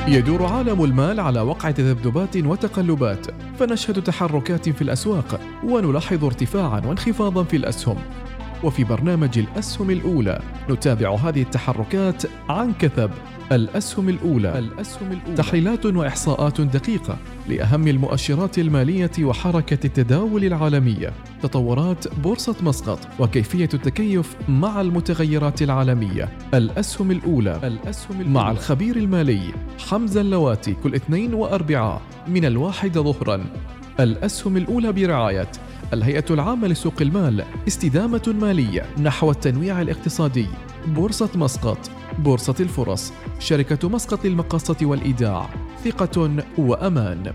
يدور عالم المال على وقع تذبذبات وتقلبات، فنشهد تحركات في الأسواق ونلاحظ ارتفاعا وانخفاضا في الأسهم. وفي برنامج الأسهم الأولى نتابع هذه التحركات عن كثب. الأسهم الأولى تحليلات وإحصاءات دقيقة لأهم المؤشرات المالية وحركة التداول العالمية، تطورات بورصة مسقط وكيفية التكيف مع المتغيرات العالمية. الأسهم الأولى مع الخبير المالي حمزة اللواتي كل اثنين وأربعاء من 1 ظهرا. الأسهم الأولى برعاية الهيئة العامة لسوق المال، استدامة مالية نحو التنويع الاقتصادي، بورصة مسقط، بورصة الفرص، شركة مسقط للمقاصة والإيداع، ثقة وأمان.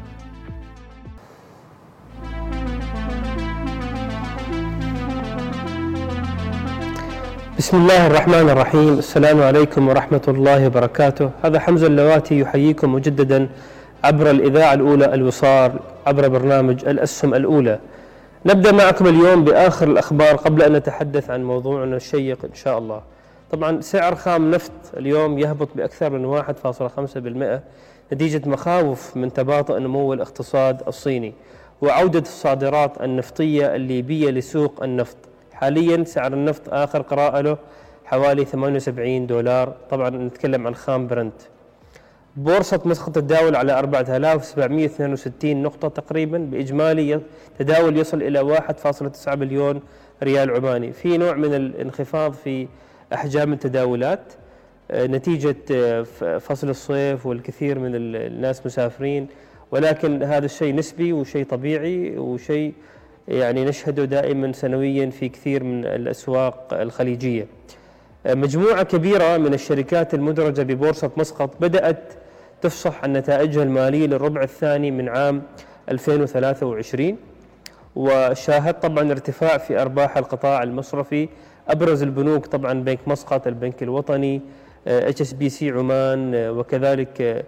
بسم الله الرحمن الرحيم. السلام عليكم ورحمة الله وبركاته. هذا حمزة اللواتي يحييكم مجددا عبر الإذاعة الأولى الوصال عبر برنامج الأسهم الأولى. نبدأ معكم اليوم بآخر الأخبار قبل أن نتحدث عن موضوعنا الشيق إن شاء الله. طبعا سعر خام نفط اليوم يهبط بأكثر من 1.5% نتيجة مخاوف من تباطؤ نمو الاقتصاد الصيني وعودة الصادرات النفطية الليبية لسوق النفط. حاليا سعر النفط آخر قراءة له حوالي $78. طبعا نتكلم عن خام برنت. بورصة مسقط تداول على 4762 نقطة تقريبا، بإجمالي تداول يصل إلى 1.9 بليون ريال عماني. في نوع من الانخفاض في أحجام التداولات نتيجة فصل الصيف والكثير من الناس مسافرين، ولكن هذا الشيء نسبي وشيء طبيعي وشيء يعني نشهده دائما سنويا في كثير من الأسواق الخليجية. مجموعة كبيرة من الشركات المدرجة ببورصة مسقط بدأت تفصح عن نتائجها المالية للربع الثاني من عام 2023، وشاهد طبعا ارتفاع في أرباح القطاع المصرفي. أبرز البنوك طبعا بنك مسقط، البنك الوطني، HSBC عمان، وكذلك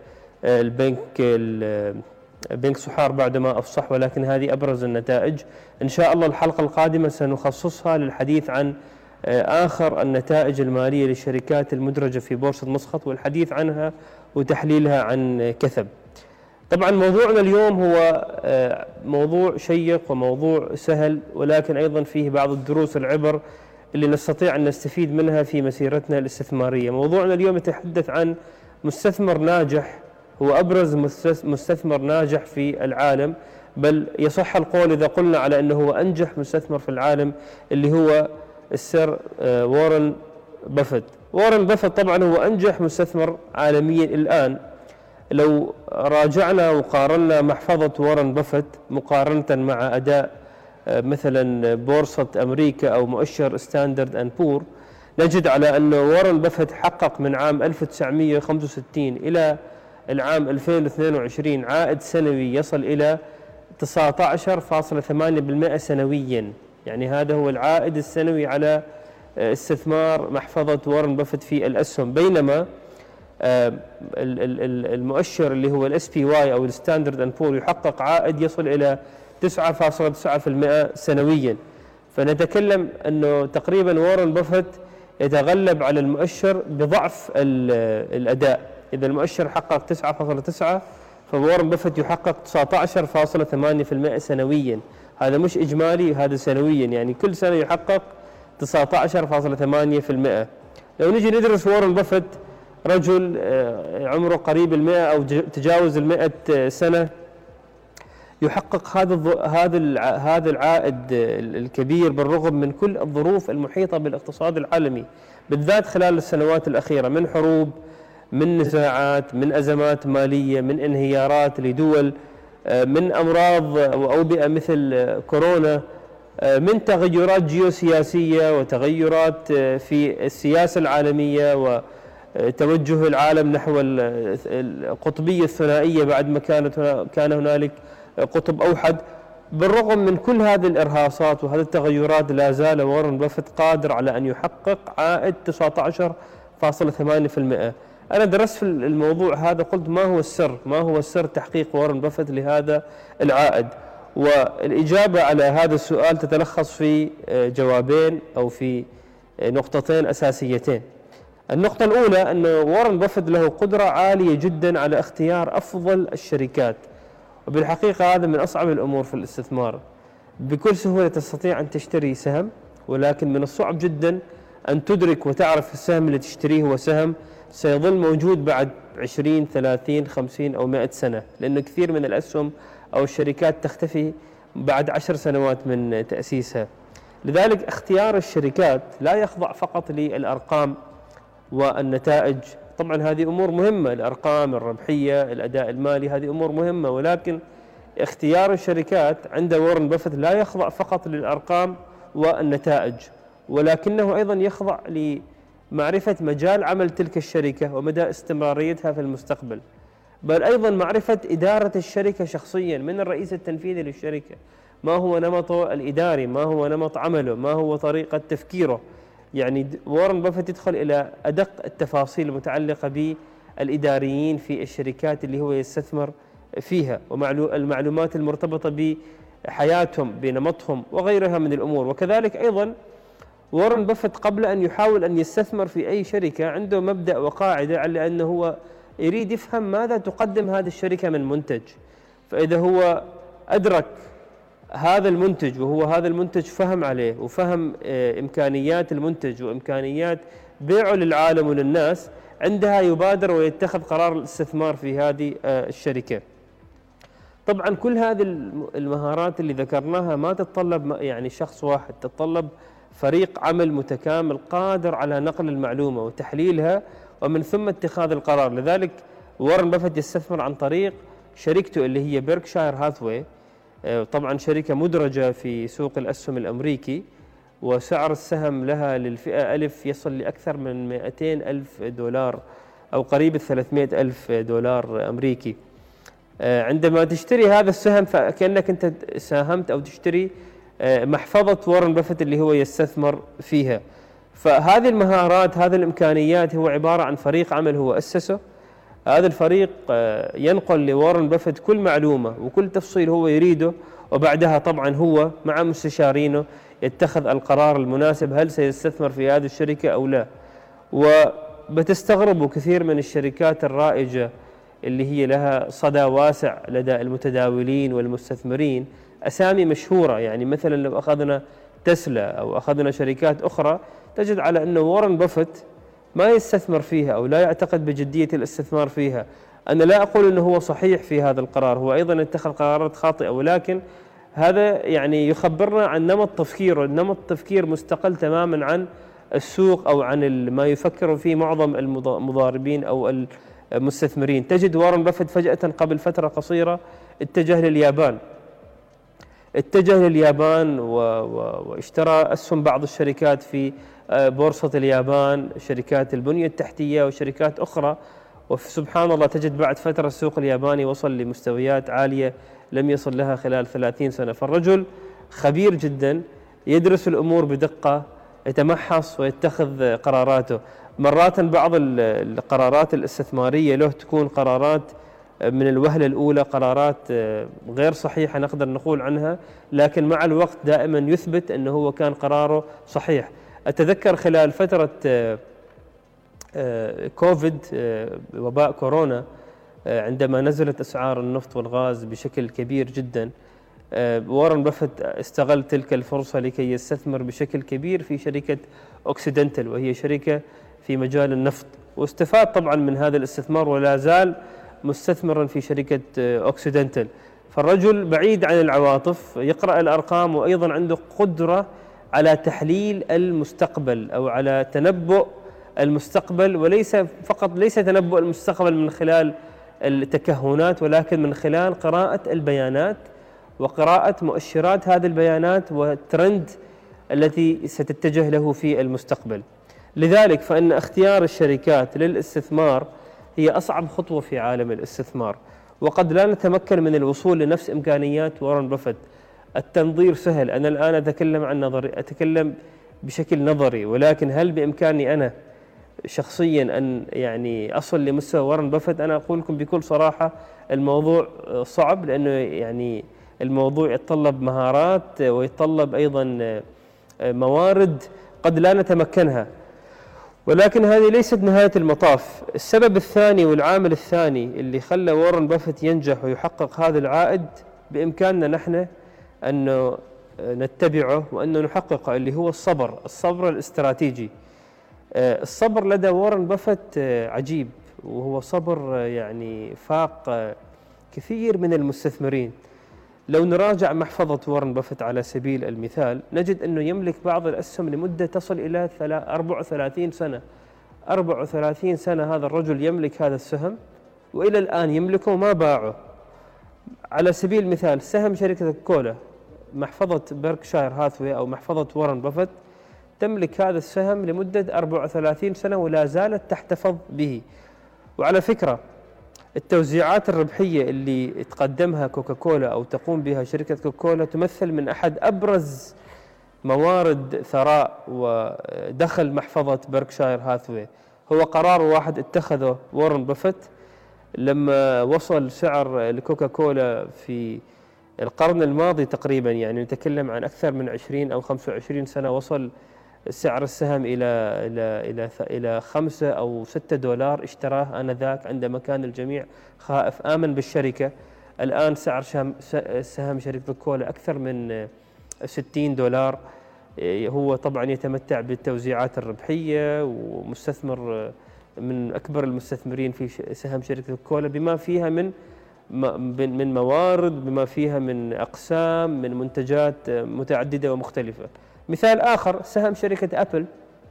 بنك صحار بعدما أفصح، ولكن هذه أبرز النتائج. إن شاء الله الحلقة القادمة سنخصصها للحديث عن آخر النتائج المالية للشركات المدرجة في بورصة مسقط والحديث عنها وتحليلها عن كثب. طبعا موضوعنا اليوم هو موضوع شيق وموضوع سهل، ولكن أيضا فيه بعض الدروس العبر اللي نستطيع أن نستفيد منها في مسيرتنا الاستثمارية. موضوعنا اليوم يتحدث عن مستثمر ناجح، هو أبرز مستثمر ناجح في العالم، بل يصح القول إذا قلنا على أنه هو أنجح مستثمر في العالم، اللي هو السير وارن بافيت. وارن بافيت طبعا هو أنجح مستثمر عالميا الآن. لو راجعنا وقارنا محفظة وارن بافيت مقارنة مع أداء مثلا بورصة أمريكا أو مؤشر ستاندرد أند بور، نجد على أن وارن بافيت حقق من عام 1965 إلى العام 2022 عائد سنوي يصل إلى 19.8% سنويا. يعني هذا هو العائد السنوي على استثمار محفظة وارن بافيت في الأسهم، بينما المؤشر اللي هو SPY أو الستاندرد أند بور يحقق عائد يصل إلى 9.9% سنويا. فنتكلم أنه تقريبا وارن بافيت يتغلب على المؤشر بضعف الأداء. إذا المؤشر حقق 9.9 فوارن بافيت يحقق 19.8% سنويا. هذا مش إجمالي، هذا سنويا، يعني كل سنة يحقق 19.8%. لو نجي ندرس وارن بافيت، رجل عمره قريب 100 أو تجاوز 100 سنة، يحقق هذا العائد الكبير بالرغم من كل الظروف المحيطة بالاقتصاد العالمي، بالذات خلال السنوات الأخيرة، من حروب، من نزاعات، من أزمات مالية، من انهيارات لدول، من أمراض وأوبئة مثل كورونا، من تغيرات جيوسياسية وتغيرات في السياسة العالمية وتوجه العالم نحو القطبية الثنائية بعد ما كان هنالك قطب أوحد. بالرغم من كل هذه الإرهاصات وهذه التغيرات، لا زال وارن بافيت قادر على أن يحقق عائد 19.8%. أنا درست في الموضوع هذا، قلت ما هو السر تحقيق وارن بافيت لهذا العائد؟ والإجابة على هذا السؤال تتلخص في جوابين أو في نقطتين أساسيتين. النقطة الأولى أن وارن بافيت له قدرة عالية جدا على اختيار أفضل الشركات، وبالحقيقة هذا من أصعب الأمور في الاستثمار. بكل سهولة تستطيع أن تشتري سهم، ولكن من الصعب جدا أن تدرك وتعرف السهم اللي تشتريه هو سهم سيظل موجود بعد 20 30 50 أو 100 سنة، لأن كثير من الأسهم أو الشركات تختفي بعد 10 سنوات من تأسيسها. لذلك اختيار الشركات لا يخضع فقط للأرقام والنتائج، طبعا هذه أمور مهمة، الأرقام، الربحية، الأداء المالي، هذه أمور مهمة، ولكن اختيار الشركات عند وارن بافيت لا يخضع فقط للأرقام والنتائج، ولكنه أيضا يخضع لمعرفة مجال عمل تلك الشركة ومدى استمراريتها في المستقبل، بل أيضا معرفة إدارة الشركة شخصيا من الرئيس التنفيذي للشركة، ما هو نمطه الإداري، ما هو نمط عمله، ما هو طريقة تفكيره. يعني وارن بافيت يدخل إلى أدق التفاصيل المتعلقة بالإداريين في الشركات اللي هو يستثمر فيها، والمعلومات المرتبطة بحياتهم، بنمطهم وغيرها من الأمور. وكذلك أيضا وارن بافيت قبل أن يحاول أن يستثمر في أي شركة عنده مبدأ وقاعدة على أنه هو يريد يفهم ماذا تقدم هذه الشركة من منتج، فإذا هو أدرك هذا المنتج وهو هذا المنتج فهم عليه وفهم إمكانيات المنتج وإمكانيات بيعه للعالم وللناس، عندها يبادر ويتخذ قرار الاستثمار في هذه الشركة. طبعا كل هذه المهارات اللي ذكرناها ما تتطلب يعني شخص واحد، تتطلب فريق عمل متكامل قادر على نقل المعلومة وتحليلها ومن ثم اتخاذ القرار. لذلك وارن بافيت يستثمر عن طريق شركته اللي هي بيركشاير هاثواي، طبعا شركة مدرجة في سوق الأسهم الأمريكي، وسعر السهم لها للفئة ألف يصل لأكثر من 200 ألف دولار أو قريب 300 ألف دولار أمريكي. عندما تشتري هذا السهم فكأنك أنت ساهمت أو تشتري محفظة وارن بافيت اللي هو يستثمر فيها. فهذه المهارات، هذه الإمكانيات، هو عبارة عن فريق عمل هو أسسه. هذا الفريق ينقل لوارن بافيت كل معلومة وكل تفصيل هو يريده، وبعدها طبعا هو مع مستشارينه يتخذ القرار المناسب هل سيستثمر في هذه الشركة أو لا. وبتستغربوا كثير من الشركات الرائجة اللي هي لها صدى واسع لدى المتداولين والمستثمرين، أسامي مشهورة، يعني مثلا لو أخذنا تسلا أو أخذنا شركات أخرى تجد على أنه وارن بافيت ما يستثمر فيها أو لا يعتقد بجدية الاستثمار فيها. أنا لا أقول أنه هو صحيح في هذا القرار، هو أيضا اتخذ قرارات خاطئة، ولكن هذا يعني يخبرنا عن نمط تفكيره، نمط تفكير مستقل تماما عن السوق أو عن ما يفكر فيه معظم المضاربين أو المستثمرين. تجد وارن بافيت فجأة قبل فترة قصيرة اتجه لليابان واشترى أسهم بعض الشركات في بورصة اليابان، شركات البنية التحتية وشركات أخرى، وسبحان الله تجد بعد فترة السوق الياباني وصل لمستويات عالية لم يصل لها خلال 30 سنة. فالرجل خبير جدا، يدرس الأمور بدقة، يتمحص ويتخذ قراراته. مرات بعض القرارات الاستثمارية له تكون قرارات من الوهلة الأولى قرارات غير صحيحة نقدر نقول عنها، لكن مع الوقت دائما يثبت أنه هو كان قراره صحيح. أتذكر خلال فترة كوفيد، وباء كورونا، عندما نزلت أسعار النفط والغاز بشكل كبير جدا، وارن بافيت استغل تلك الفرصة لكي يستثمر بشكل كبير في شركة أوكسيدنتال، وهي شركة في مجال النفط، واستفاد طبعا من هذا الاستثمار ولا زال مستثمرا في شركة أوكسيدنتال. فالرجل بعيد عن العواطف، يقرأ الأرقام، وأيضا عنده قدرة على تحليل المستقبل أو على تنبؤ المستقبل، وليس تنبؤ المستقبل من خلال التكهنات، ولكن من خلال قراءة البيانات وقراءة مؤشرات هذه البيانات والترند التي ستتجه له في المستقبل. لذلك فإن اختيار الشركات للاستثمار هي أصعب خطوة في عالم الاستثمار، وقد لا نتمكن من الوصول لنفس إمكانيات وارن بافيت. التنظير سهل، أنا الآن أتكلم بشكل نظري، ولكن هل بإمكاني أنا شخصيا أن يعني أصل لمستوى وارن بافيت؟ أنا أقول لكم بكل صراحة الموضوع صعب، لأنه يعني الموضوع يتطلب مهارات ويتطلب أيضا موارد قد لا نتمكنها. ولكن هذه ليست نهاية المطاف. السبب الثاني والعامل الثاني اللي خلى وارن بافيت ينجح ويحقق هذا العائد بإمكاننا نحن أن نتبعه وأن نحققه، اللي هو الصبر الاستراتيجي. الصبر لدى وارن بافيت عجيب، وهو صبر يعني فاق كثير من المستثمرين. لو نراجع محفظة وارن بافيت على سبيل المثال نجد أنه يملك بعض الأسهم لمدة تصل إلى 34 سنة. 34 سنة هذا الرجل يملك هذا السهم، وإلى الآن يملكه وما باعه. على سبيل المثال سهم شركة كولا، محفظة بيركشاير هاثوي أو محفظة وارن بافيت تملك هذا السهم لمدة 34 سنة ولا زالت تحتفظ به. وعلى فكرة التوزيعات الربحية اللي تقدمها كوكاكولا أو تقوم بها شركة كوكاكولا تمثل من أحد أبرز موارد ثراء ودخل محفظة بيركشاير هاثوي. هو قرار واحد اتخذه وارن بافيت لما وصل سعر الكوكاكولا في القرن الماضي تقريبا، يعني نتكلم عن أكثر من 20 أو 25 سنة، وصل سعر السهم إلى 5 أو 6 دولار. اشتراه آنذاك عندما كان الجميع خائف، آمن بالشركة. الآن سعر سهم شركة كولا أكثر من 60 دولار. هو طبعا يتمتع بالتوزيعات الربحية ومستثمر من أكبر المستثمرين في سهم شركة كولا، بما فيها من موارد، بما فيها من أقسام، من منتجات متعددة ومختلفة. مثال آخر سهم شركة أبل،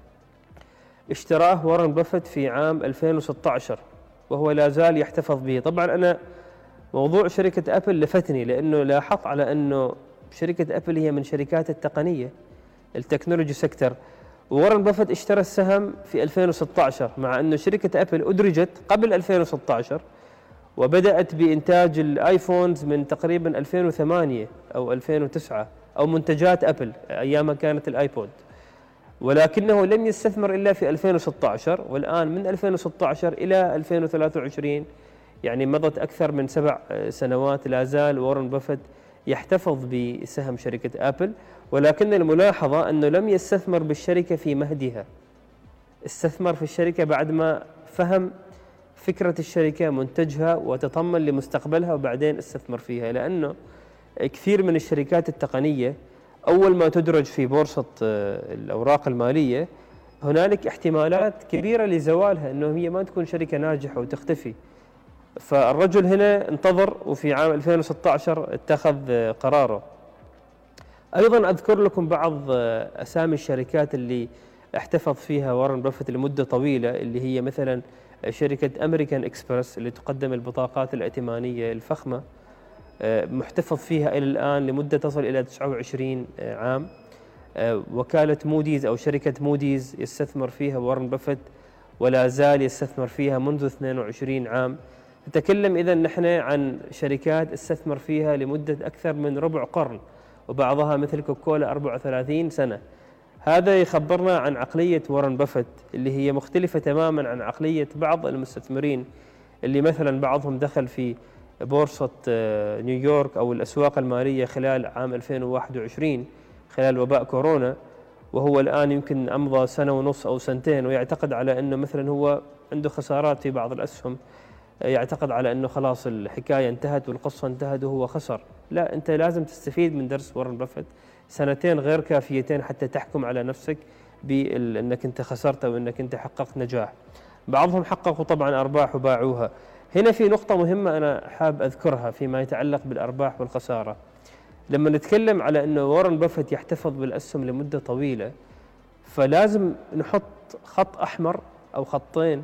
اشتراه وارن بافيت في عام 2016 وهو لا زال يحتفظ به. طبعا أنا موضوع شركة أبل لفتني، لأنه لاحظت على أنه شركة أبل هي من شركات التقنية، التكنولوجي سيكتور، وورن بافيت اشترى السهم في 2016 مع أنه شركة أبل أدرجت قبل 2016 وبدأت بإنتاج الآيفونز من تقريبا 2008 أو 2009 أو منتجات أبل أيام كانت الآيبود، ولكنه لم يستثمر إلا في 2016. والآن من 2016 إلى 2023 يعني مضت أكثر من 7 سنوات لا زال وارن بافيت يحتفظ بسهم شركة أبل. ولكن الملاحظة أنه لم يستثمر بالشركة في مهدها، استثمر في الشركة بعد ما فهم فكرة الشركة، منتجها، وتطمن لمستقبلها، وبعدين استثمر فيها. لأنه كثير من الشركات التقنية أول ما تدرج في بورصة الأوراق المالية هنالك احتمالات كبيرة لزوالها، أنه هي ما تكون شركة ناجحة وتختفي. فالرجل هنا انتظر وفي عام 2016 اتخذ قراره. أيضا أذكر لكم بعض أسامي الشركات اللي احتفظ فيها وارن بافيت لمدة طويلة، اللي هي مثلا شركة أمريكان إكسبرس اللي تقدم البطاقات الائتمانية الفخمة، محتفظ فيها إلى الآن لمدة تصل إلى 29 عام. وكالة موديز أو شركة موديز يستثمر فيها وارن بافيت ولا زال يستثمر فيها منذ 22 عام. نتكلم إذن نحن عن شركات استثمر فيها لمدة أكثر من ربع قرن، وبعضها مثل كوكولا 34 سنة. هذا يخبرنا عن عقلية وارن بافيت اللي هي مختلفة تماما عن عقلية بعض المستثمرين اللي مثلا بعضهم دخل في بورصة نيويورك أو الأسواق المالية خلال عام 2021 خلال وباء كورونا، وهو الآن يمكن أمضى سنة ونص أو سنتين ويعتقد على أنه مثلا هو عنده خسارات في بعض الأسهم، يعتقد على أنه خلاص الحكاية انتهت والقصة انتهت وهو خسر. لا، أنت لازم تستفيد من درس وارن بافيت. سنتين غير كافيتين حتى تحكم على نفسك بأنك أنت خسرت أو أنك أنت حققت نجاح. بعضهم حققوا طبعا أرباح وباعوها. هنا في نقطة مهمة أنا حاب أذكرها فيما يتعلق بالأرباح والخسارة. لما نتكلم على أنه وارن بافيت يحتفظ بالأسهم لمدة طويلة، فلازم نحط خط أحمر أو خطين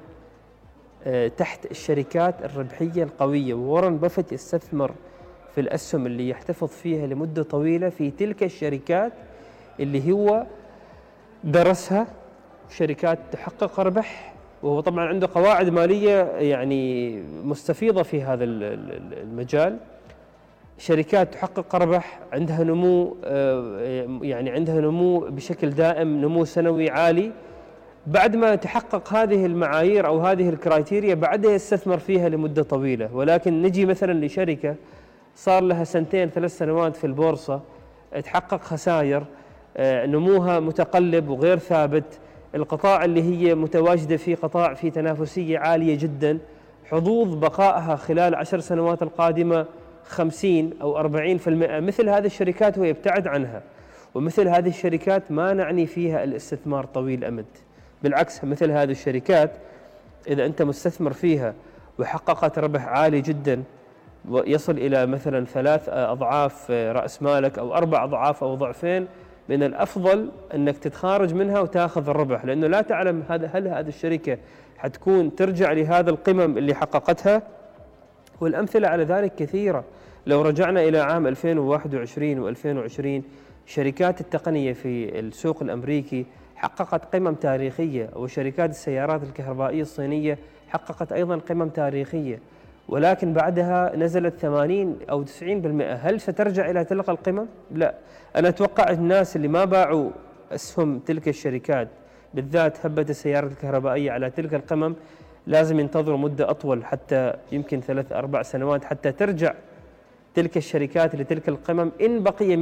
تحت الشركات الربحية القوية. وارن بافيت يستثمر في الأسهم اللي يحتفظ فيها لمدة طويلة في تلك الشركات اللي هو درسها، شركات تحقق ربح، وهو طبعا عنده قواعد مالية يعني مستفيضة في هذا المجال. شركات تحقق ربح، عندها نمو، يعني عندها نمو بشكل دائم، نمو سنوي عالي. بعد ما تحقق هذه المعايير أو هذه الكرايتيريا بعدها يستثمر فيها لمدة طويلة. ولكن نجي مثلا لشركة صار لها 2-3 سنوات في البورصة، تحقق خسائر، نموها متقلب وغير ثابت، القطاع اللي هي متواجدة في قطاع في تنافسية عالية جدا، حظوظ بقائها خلال 10 سنوات القادمة 50 أو 40%. مثل هذه الشركات هو يبتعد عنها، ومثل هذه الشركات ما نعني فيها الاستثمار طويل الأمد. بالعكس، مثل هذه الشركات إذا أنت مستثمر فيها وحققت ربح عالي جدا يصل إلى مثلا 3 أضعاف رأس مالك أو 4 أضعاف أو ضعفين، من الأفضل أنك تتخارج منها وتأخذ الربح، لأنه لا تعلم هل هذه الشركة حتكون ترجع لهذا القمم اللي حققتها. والأمثلة على ذلك كثيرة. لو رجعنا إلى عام 2021 و2020 شركات التقنية في السوق الأمريكي حققت قمم تاريخية، وشركات السيارات الكهربائية الصينية حققت أيضا قمم تاريخية، ولكن بعدها نزلت 80 أو 90%. هل سترجع إلى تلك القمم؟ لا. أنا أتوقع الناس اللي ما باعوا أسهم تلك الشركات، بالذات هبة السيارات الكهربائية، على تلك القمم لازم ينتظروا مدة أطول، حتى يمكن 3-4 سنوات حتى ترجع تلك الشركات لتلك القمم، إن بقي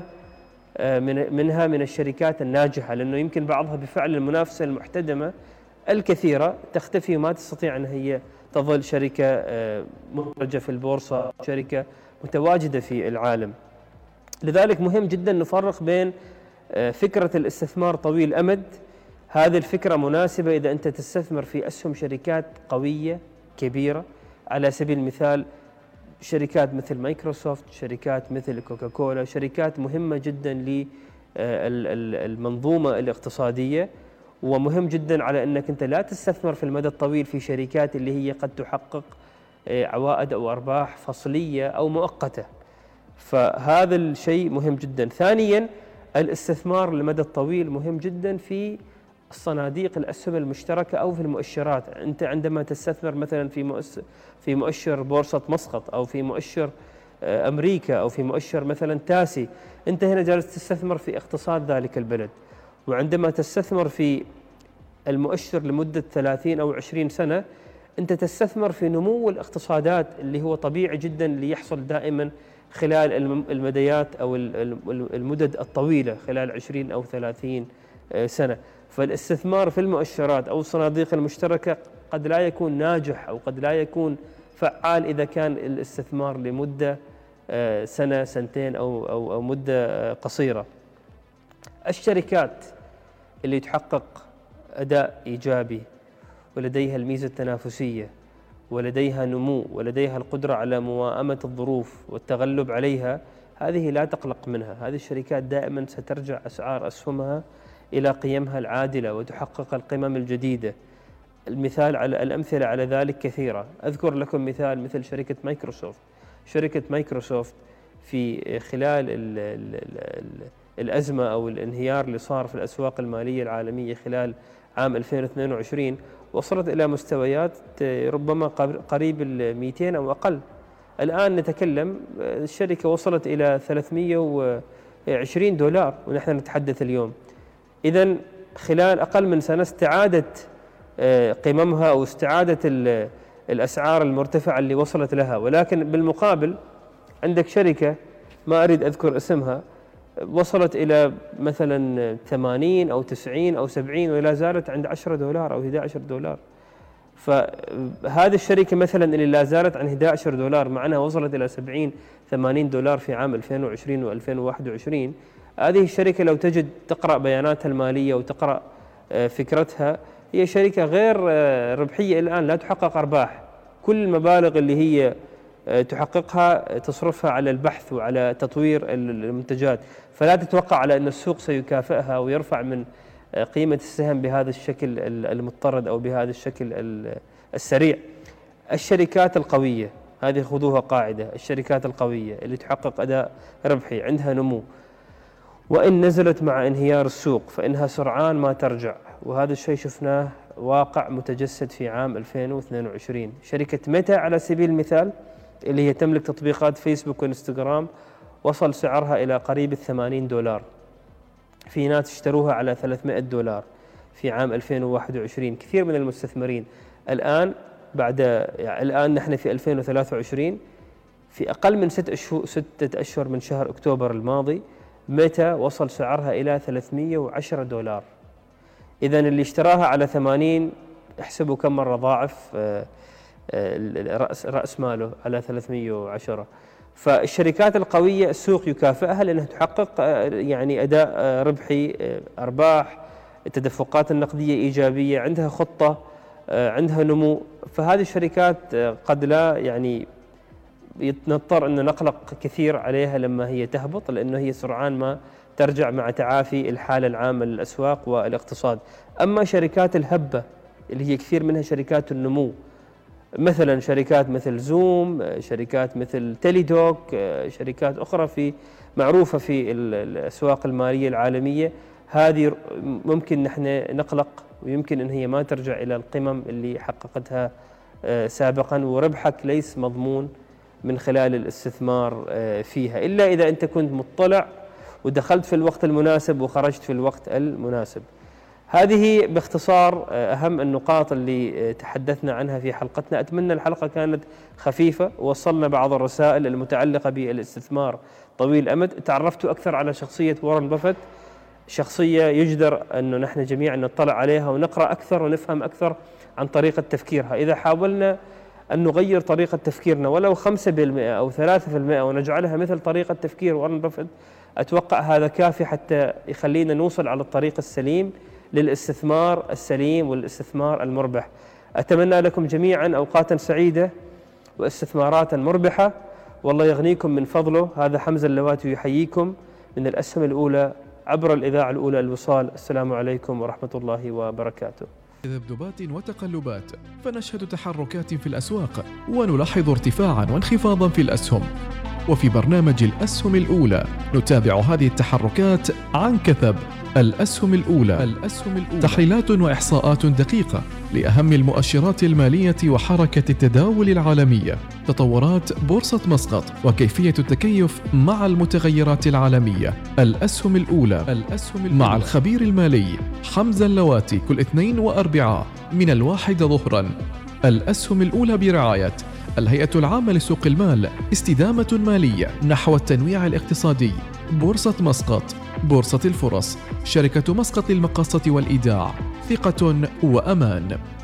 من الشركات الناجحة، لأنه يمكن بعضها بفعل المنافسة المحتدمة الكثيرة تختفي وما تستطيع أن هي تظل شركة مدرجة في البورصة، شركة متواجدة في العالم. لذلك مهم جدا نفرق بين فكرة الاستثمار طويل الأمد. هذه الفكرة مناسبة إذا أنت تستثمر في أسهم شركات قوية كبيرة، على سبيل المثال شركات مثل مايكروسوفت، شركات مثل كوكاكولا، شركات مهمة جدا للمنظومة الاقتصادية. ومهم جدا على أنك أنت لا تستثمر في المدى الطويل في شركات اللي هي قد تحقق عوائد أو أرباح فصلية أو مؤقتة. فهذا الشيء مهم جدا. ثانيا، الاستثمار للمدى الطويل مهم جدا في الصناديق الأسهم المشتركة أو في المؤشرات. أنت عندما تستثمر مثلا في مؤشر بورصة مسقط، أو في مؤشر أمريكا، أو في مؤشر مثلا تاسي، أنت هنا جالس تستثمر في اقتصاد ذلك البلد. وعندما تستثمر في المؤشر لمدة 30 أو 20 سنة، أنت تستثمر في نمو الاقتصادات اللي هو طبيعي جدا ليحصل دائما خلال المديات أو المدد الطويلة، خلال 20 أو 30 سنة. فالاستثمار في المؤشرات أو الصناديق المشتركة قد لا يكون ناجح أو قد لا يكون فعال إذا كان الاستثمار لمدة سنة، سنتين، أو مدة قصيرة. الشركات اللي تحقق أداء إيجابي ولديها الميزة التنافسية ولديها نمو ولديها القدرة على موائمة الظروف والتغلب عليها، هذه لا تقلق منها. هذه الشركات دائما سترجع أسعار أسهمها إلى قيمها العادلة وتحقق القمم الجديدة. الأمثلة على ذلك كثيرة. أذكر لكم مثل شركة مايكروسوفت. شركة مايكروسوفت في خلال الأزمة أو الانهيار اللي صار في الأسواق المالية العالمية خلال عام 2022 وصلت إلى مستويات ربما قريب 200 أو أقل. الآن نتكلم الشركة وصلت إلى $320 ونحن نتحدث اليوم. إذن خلال أقل من سنة استعادت قممها أو استعادت الأسعار المرتفعة اللي وصلت لها. ولكن بالمقابل عندك شركة ما أريد أذكر اسمها وصلت إلى مثلا 80 أو 90 أو 70 ولا زالت عند $10 أو $11. فهذه الشركة مثلا اللي لا زالت عن $11 مع أنها وصلت إلى 70-80 في عام 2020 و2021، هذه الشركة لو تجد تقرأ بياناتها المالية وتقرأ فكرتها، هي شركة غير ربحية الآن، لا تحقق أرباح. كل المبالغ اللي هي تحققها تصرفها على البحث وعلى تطوير المنتجات، فلا تتوقع على أن السوق سيكافئها ويرفع من قيمة السهم بهذا الشكل المضطرد أو بهذا الشكل السريع. الشركات القوية هذه خذوها قاعدة، الشركات القوية اللي تحقق أداء ربحي عندها نمو، وإن نزلت مع انهيار السوق فإنها سرعان ما ترجع، وهذا الشيء شفناه واقع متجسد في عام 2022. شركة ميتا على سبيل المثال اللي هي تملك تطبيقات فيسبوك وإنستغرام وصل سعرها إلى قريب $80، في ناس اشتروها على $300 في عام 2021. كثير من المستثمرين الآن الآن نحن في 2023، في أقل من 6 أشهر من شهر أكتوبر الماضي ميتا وصل سعرها إلى $310. إذن اللي اشتراها على 80 احسبوا كم مرة ضاعف رأس ماله على 310. فالشركات القوية السوق يكافئها لأنها تحقق يعني أداء ربحي، أرباح، التدفقات النقدية إيجابية، عندها خطة، عندها نمو. فهذه الشركات قد لا يعني نضطر أن نقلق كثير عليها لما هي تهبط، لأنه هي سرعان ما ترجع مع تعافي الحالة العامة للأسواق والاقتصاد. أما شركات الهبة اللي هي كثير منها شركات النمو، مثلا شركات مثل زوم، شركات مثل تيليدوك، شركات أخرى معروفة في الأسواق المالية العالمية، هذه ممكن نحن نقلق ويمكن أن هي ما ترجع إلى القمم اللي حققتها سابقا، وربحك ليس مضمون من خلال الاستثمار فيها، إلا إذا أنت كنت مطلع ودخلت في الوقت المناسب وخرجت في الوقت المناسب. هذه باختصار أهم النقاط اللي تحدثنا عنها في حلقتنا. أتمنى الحلقة كانت خفيفة، ووصلنا بعض الرسائل المتعلقة بالاستثمار طويل الأمد. تعرفت أكثر على شخصية وارن بافيت، شخصية يجدر أنه نحن جميعا نطلع عليها ونقرأ أكثر ونفهم أكثر عن طريقة تفكيرها. إذا حاولنا أن نغير طريقة تفكيرنا ولو 5% أو 3% ونجعلها مثل طريقة تفكير وارن بافيت، أتوقع هذا كافي حتى يخلينا نوصل على الطريق السليم للاستثمار السليم والاستثمار المربح. أتمنى لكم جميعا أوقاتا سعيدة واستثمارات مربحة، والله يغنيكم من فضله. هذا حمزة اللواتي يحييكم من الأسهم الأولى عبر الإذاعة الأولى الوصال. السلام عليكم ورحمة الله وبركاته. ذبذبات وتقلبات، فنشهد تحركات في الأسواق ونلاحظ ارتفاعا وانخفاضا في الأسهم. وفي برنامج الأسهم الأولى نتابع هذه التحركات عن كثب. الأسهم الأولى تحليلات وإحصاءات دقيقة لأهم المؤشرات المالية وحركة التداول العالمية، تطورات بورصة مسقط وكيفية التكيف مع المتغيرات العالمية. الأسهم الأولى مع الخبير المالي حمزة اللواتي كل اثنين وأربعاء من 1 ظهرا. الأسهم الأولى برعاية الهيئة العامة لسوق المال، استدامة مالية نحو التنويع الاقتصادي. بورصة مسقط، بورصة الفرص، شركة مسقط للمقاصة والإيداع، ثقة وأمان.